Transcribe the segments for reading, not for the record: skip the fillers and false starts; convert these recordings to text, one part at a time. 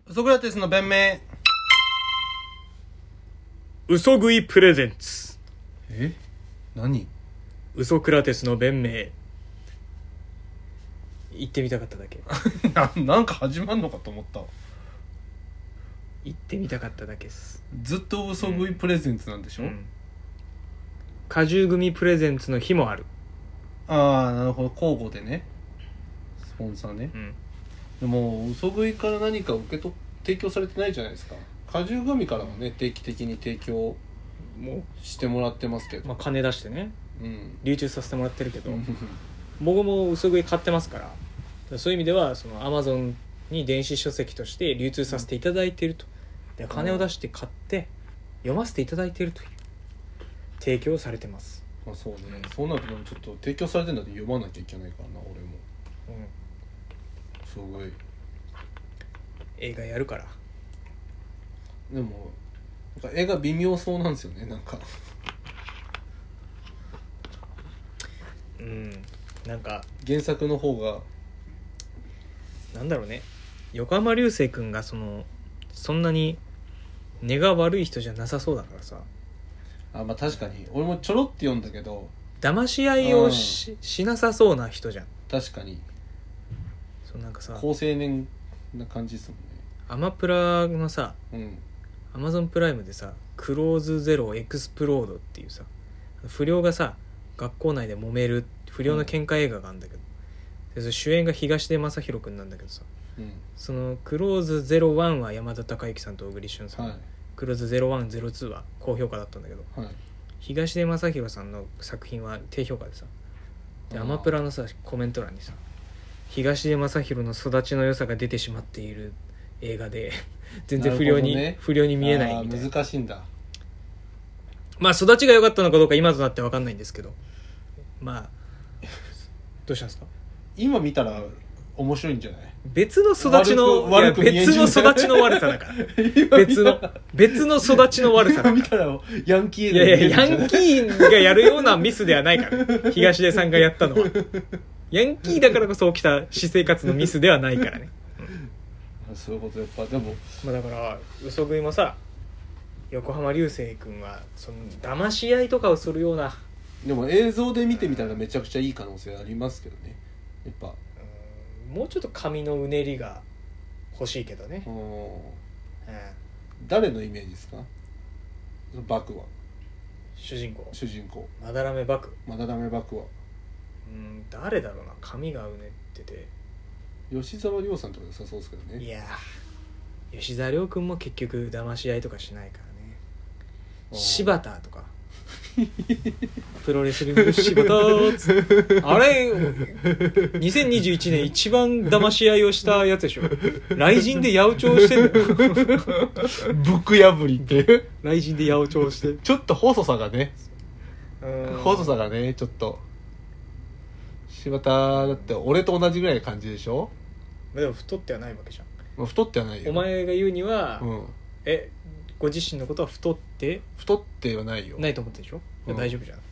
ソクラテスの弁明。 嘘食いプレゼンツ。 何？ ウソクラテスの弁明。言ってみたかっただけ。 なんか始まんのかと思った。 言ってみたかっただけです。 ずっと嘘食いプレゼンツなんでしょ、 果汁組プレゼンツの日もある。 ああ、なるほど。交互でね、スポンサーね、でも嘘食いから何か提供されてないじゃないですか。果汁組からはね、定期的に提供もしてもらってますけど、 金出してね、流通させてもらってるけど僕も嘘食い買ってますから、そういう意味ではその Amazon に電子書籍として流通させていただいていると。で金を出して買って読ませていただいているという提供されてます。 まあそうね、そうなるとでもちょっと提供されてるので読まなきゃいけないからな、俺も。すごい映画やるから。 でもなんか絵が微妙そうなんですよね、なんかなんか原作の方がなんだろうね、横浜流星くんがそんなに根が悪い人じゃなさそうだからさ。 まあ確かに俺もちょろって読んだけど、 騙し合いをしなさそうな人じゃん。 確かにそうなんかさ、 好青年な感じですもんね。 アマプラのさ、アマゾンプライムでさ、クローズゼロエクスプロードっていうさ、不良がさ学校内で揉める不良の喧嘩映画があるんだけど、でそれ主演が東出昌大くんなんだけどさ、そのクローズ01は山田孝之さんと小栗旬さん、クローズ0102は高評価だったんだけど、東出昌大さんの作品は低評価でさ、でアマプラのさコメント欄にさ、東出昌大の育ちの良さが出てしまっている映画で全然不良に見えないみたいな。 難しいんだ。 まあ育ちが良かったのかどうか今となって分かんないんですけど、まあどうしたんですか？ 今見たら面白いんじゃない？ 別の育ちの悪く見えんじゃない？ 別の育ちの悪さだから別の育ちの悪さだから。 見たらヤンキーいやいや、ヤンキーがやるようなミスではないから東出さんがやったのはヤンキーだからこそ起きた私生活のミスではないからね。 そういうこと。やっぱでも、 だから嘘食いもさ、横浜流星君はその騙し合いとかをするような。 でも映像で見てみたらめちゃくちゃいい可能性ありますけどね。やっぱもうちょっと髪のうねりが欲しいけどね。 誰のイメージですか？バクは主人公まだらめバクは誰だろうな。髪がうねってて吉沢亮さんとか良さそうですけどね。 いや吉沢亮君も結局騙し合いとかしないからね。柴田とかプロレスリング柴田あれ2021年一番騙し合いをしたやつでしょ。雷神で八百長してんだよブック破りって雷神で八百長してちょっと細さがねちょっと柴田だって俺と同じぐらいの感じでしょ。 でも太ってはないわけじゃん。 太ってはないよ。 お前が言うには、ご自身のことは太ってはないよ。 ないと思ってるでしょ、大丈夫じゃん。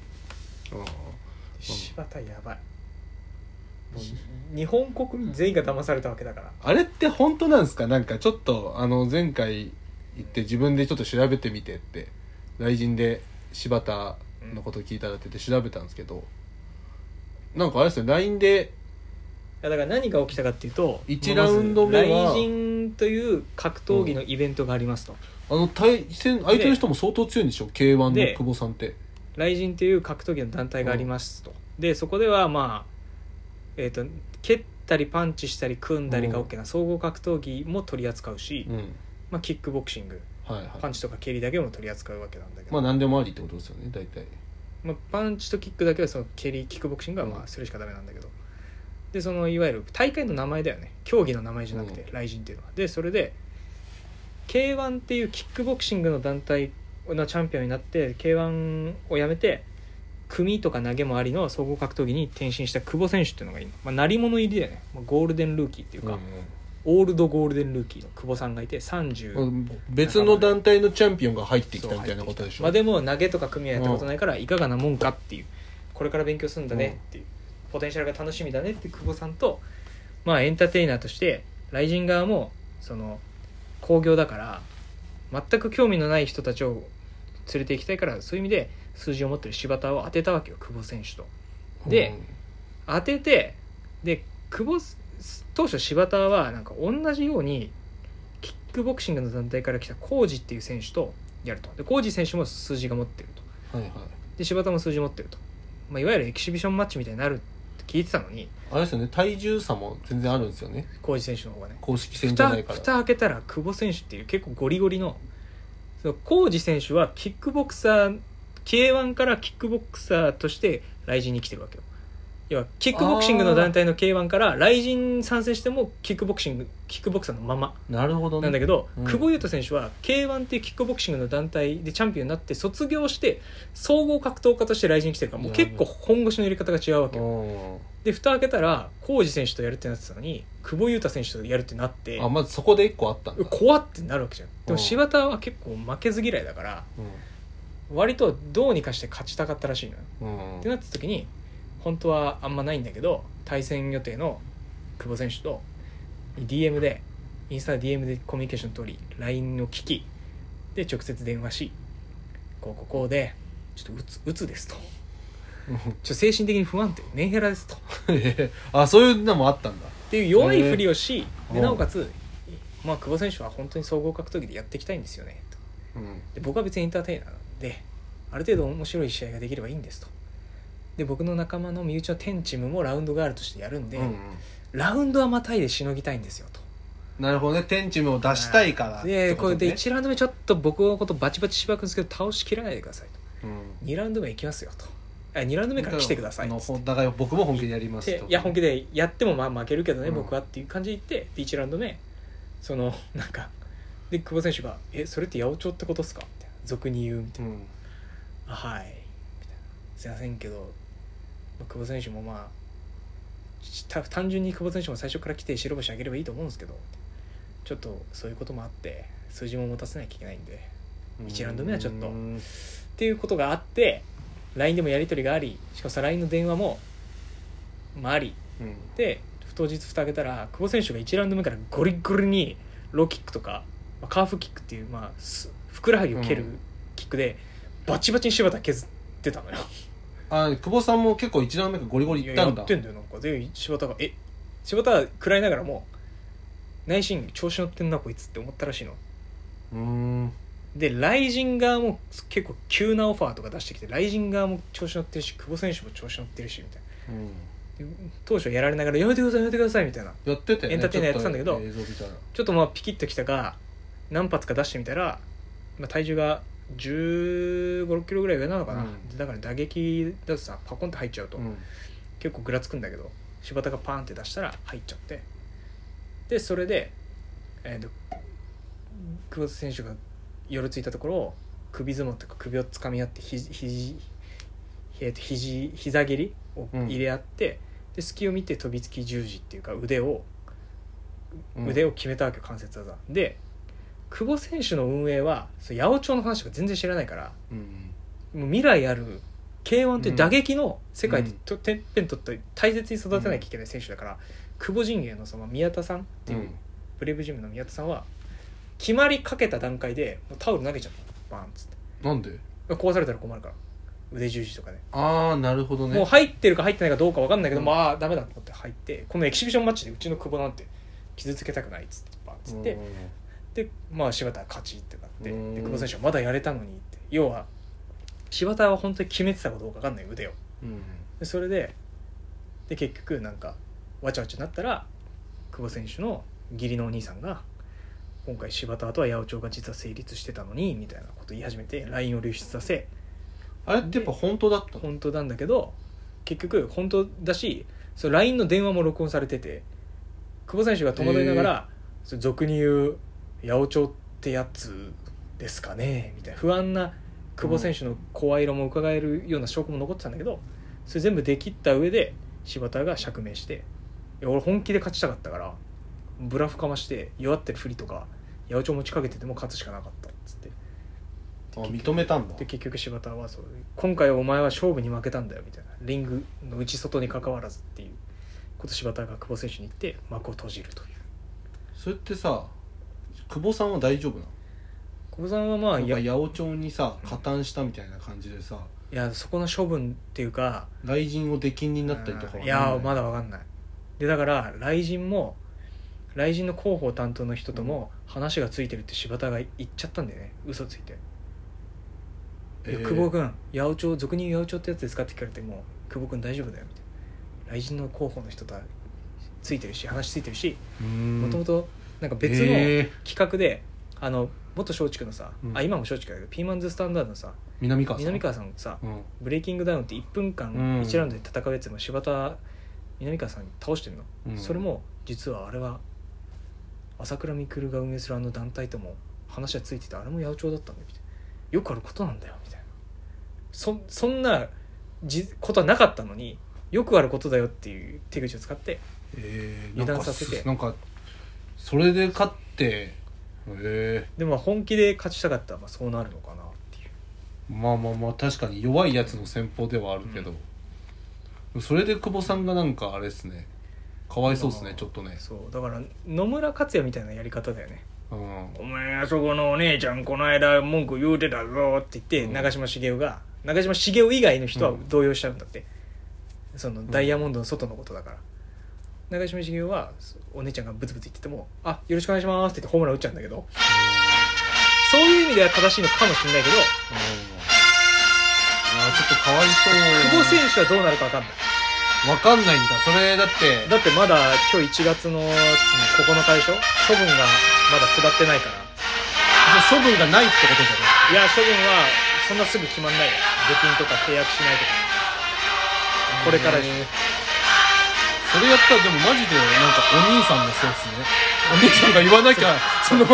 柴田やばい。もう日本国民全員が騙されたわけだから。 あれって本当なんですか？なんかちょっと前回言って自分でちょっと調べてみてって雷神で柴田のこと聞いたらって言って調べたんですけど、なんかあれですよ、LINE でだから何が起きたかっていうと、 1ラウンド目は雷神という格闘技のイベントがありますと、 対戦相手の人も相当強いんでしょ、K1 の久保さんって。 雷神という格闘技の団体がありますと、でそこでは蹴ったりパンチしたり組んだりが OK な総合格闘技も取り扱うし、キックボクシング、パンチとか蹴りだけも取り扱うわけなんだけど、 何でもありってことですよね大体。 パンチとキックだけはそのキックボクシングはするしかダメなんだけど、でそのいわゆる大会の名前だよね、競技の名前じゃなくて、雷神っていうのは。でそれで K1 っていうキックボクシングの団体のチャンピオンになって K1 をやめて組とか投げもありの総合格闘技に転身した久保選手っていうのがいるの、鳴り物入りだよね、ゴールデンルーキーっていうか、オールドゴールデンルーキーの久保さんがいて30、 別の団体のチャンピオンが入ってきたみたいなことでしょ。 でも投げとか組はやったことないからいかがなもんかっていう、これから勉強するんだねっていう、ポテンシャルが楽しみだねっていう久保さんと、エンターテイナーとして雷神側もその興行だから全く興味のない人たちを連れて行きたいから、そういう意味で数字を持ってる柴田を当てたわけよ、久保選手と。で、当てて、で久保当初柴田はなんか同じようにキックボクシングの団体から来たコージっていう選手とやると。でコージ選手も数字が持ってると、はいはい、で柴田も数字持ってると、いわゆるエキシビションマッチみたいになるって聞いてたのに、 あれですよね、体重差も全然あるんですよね、 コージ選手の方がね。 公式戦じゃないから。 蓋開けたら久保選手っていう結構ゴリゴリの、コージ選手はキックボクサー K1 からキックボクサーとしてライジンに来てるわけよ。要はキックボクシングの団体の K1 からライジン参戦してもキックボクサーのままなんだけど、久保優斗選手は K1 っていうキックボクシングの団体でチャンピオンになって卒業して総合格闘家としてライジンに来てるから、もう結構本腰の入れ方が違うわけよ。で蓋開けたらコージ選手とやるってなってたのに久保優太選手とやるってなって、 まずそこで1個あったんだ。 怖ってなるわけじゃん。でも柴田は結構負けず嫌いだから、割とどうにかして勝ちたかったらしいのよ、ってなった時に本当はあんまないんだけど、対戦予定の久保選手と DM でインスタ DM でコミュニケーション取り LINE を聞きで直接電話し、こうでちょっとうつですとちょっと精神的に不安定メンヘラですとそういうのもあったんだっていう弱いふりをし、でなおかつ、久保選手は本当に総合格闘技でやっていきたいんですよねと、で僕は別にエンターテイナーなんである程度面白い試合ができればいいんですと。で僕の仲間の身内のテンチムもラウンドガールとしてやるんで、ラウンドはまたいでしのぎたいんですよと。 なるほどね、テンチムを出したいから、 でこれで1ラウンド目ちょっと僕のことバチバチしばくんですけど倒しきらないでくださいと、2ラウンド目行きますよと、2ラウンド目から来てくださいっつって、 だから僕も本気でやりますと、 いや本気でやっても負けるけどね、僕はっていう感じで言って、で1ラウンド目なんかで久保選手がそれって八百長ってことっすかみたいな、俗に言うみたいな、はいみたいな、すいませんけど久保選手も単純に久保選手も最初から来て白星あげればいいと思うんですけど、ちょっとそういうこともあって数字も持たせなきゃいけないんで1ラウンド目はちょっとっていうことがあって、 LINE でもやり取りがあり、しかもさ LINE の電話もあり、で当日蓋開けたら久保選手が1ラウンド目からゴリゴリにローキックとかカーフキックっていうふくらはぎを蹴るキックでバチバチに柴田削ってたのよ。 久保さんも結構1ラウンド目からゴリゴリいったんだ。 やってんだよなんか。で柴田は食らいながらも内心調子乗ってんなこいつって思ったらしいの。でライジン側も結構急なオファーとか出してきて、ライジン側も調子乗ってるし久保選手も調子乗ってるしみたいな、当初やられながらやめてくださいみたいなやってて、ね、 エンターテイナーやってたんだけど、ちょっとピキッときたか何発か出してみたら、体重が15、6キロぐらい上なのかな、だから打撃だとさパコンって入っちゃうと、結構ぐらつくんだけど、柴田がパーンって出したら入っちゃって、でそれで、久保選手がよろついたところを首相撲というか首をつかみ合って膝蹴りを入れ合って、で隙を見て飛びつき十字っていうか腕を決めたわけよ、関節技で。久保選手の運営は八百長の話が全然知らないから、もう未来ある K1 って打撃の世界でてっぺん取って大切に育てなきゃいけない選手だから、久保陣営の宮田さんっていう、ブレイブジムの宮田さんは決まりかけた段階でもうタオル投げちゃったバーンっつって。 なんで？ 壊されたら困るから、腕十字とかで。 なるほどね。 もう入ってるか入ってないかどうか分かんないけど、ダメだと思って入って、このエキシビションマッチでうちの久保なんて傷つけたくないっつってバーンっつって、で柴田は勝ちってなって、で久保選手はまだやれたのにって、要は柴田は本当に決めてたかどうか分かんない腕を、でそれで結局なんかわちゃわちゃになったら、久保選手の義理のお兄さんが今回柴田とは八百長が実は成立してたのにみたいなことを言い始めて LINE を流出させ、 あれってやっぱ本当だったの？ 本当なんだけど結局本当だし、その LINE の電話も録音されてて、久保選手が戸惑いながら、俗に言う八百長ってやつですかねみたいな不安な久保選手の声色も伺えるような証拠も残ってたんだけど、それ全部できった上で柴田が釈明して、いや俺本気で勝ちたかったからブラフかまして弱ってるふりとか八百長持ちかけてても勝つしかなかったっつって、 認めたんだ。 で結局柴田は今回お前は勝負に負けたんだよみたいな、リングの内外に関わらずっていうこと柴田が久保選手に言って幕を閉じるという。 それってさ、 久保さんは大丈夫なの？ 久保さんはまあなんか八百長にさ加担したみたいな感じでさ、 いやそこの処分っていうか雷神を出禁になったりとかは、 いやまだわかんない。でだから雷神の広報担当の人とも話がついてるって柴田が言っちゃったんだよね、嘘ついて。久保君八百長俗に言う八百長ってやつですかって聞かれても、久保君大丈夫だよみたいな、雷神の広報の人とはついてるし話ついてるし、もともとなんか別の企画で、元松竹のさ、今も松竹だけどピーマンズスタンダードのさ南川さんさ、ブレイキングダウンって1分間1ラウンドで戦うやつも柴田南川さんに倒してるの、それも実はあれは朝倉未来が運営する団体とも話がついてて、あれも八百長だったんだよみたいな、よくあることなんだよみたいな、そんなことはなかったのによくあることだよっていう手口を使って油断させて、 なんかそれで勝って、 でも本気で勝ちたかったらそうなるのかなっていう。 まあ確かに弱いやつの戦法ではあるけど、それで久保さんがなんかあれですね、かわいそうですね、ちょっとね。 そうだから野村克也みたいなやり方だよね。 お前あそこのお姉ちゃんこの間文句言うてたぞって言って、長嶋茂雄以外の人は動揺しちゃうんだって、そのダイヤモンドの外のことだから、長嶋茂雄はお姉ちゃんがブツブツ言っててもよろしくお願いしますって言ってホームラン打っちゃうんだけど、そういう意味では正しいのかもしれないけど、 ちょっとかわいそう。 久保選手はどうなるか分かんない。 分かんないんだ。それだってまだ今日1月の9日でしょ。処分がまだ下ってないから。 処分がないってことじゃない？ いや処分はそんなすぐ決まんないよ。出禁とか契約しないとか。これからですね。 それやったらでもマジでなんかお兄さんのせいですね。お兄さんが言わなきゃその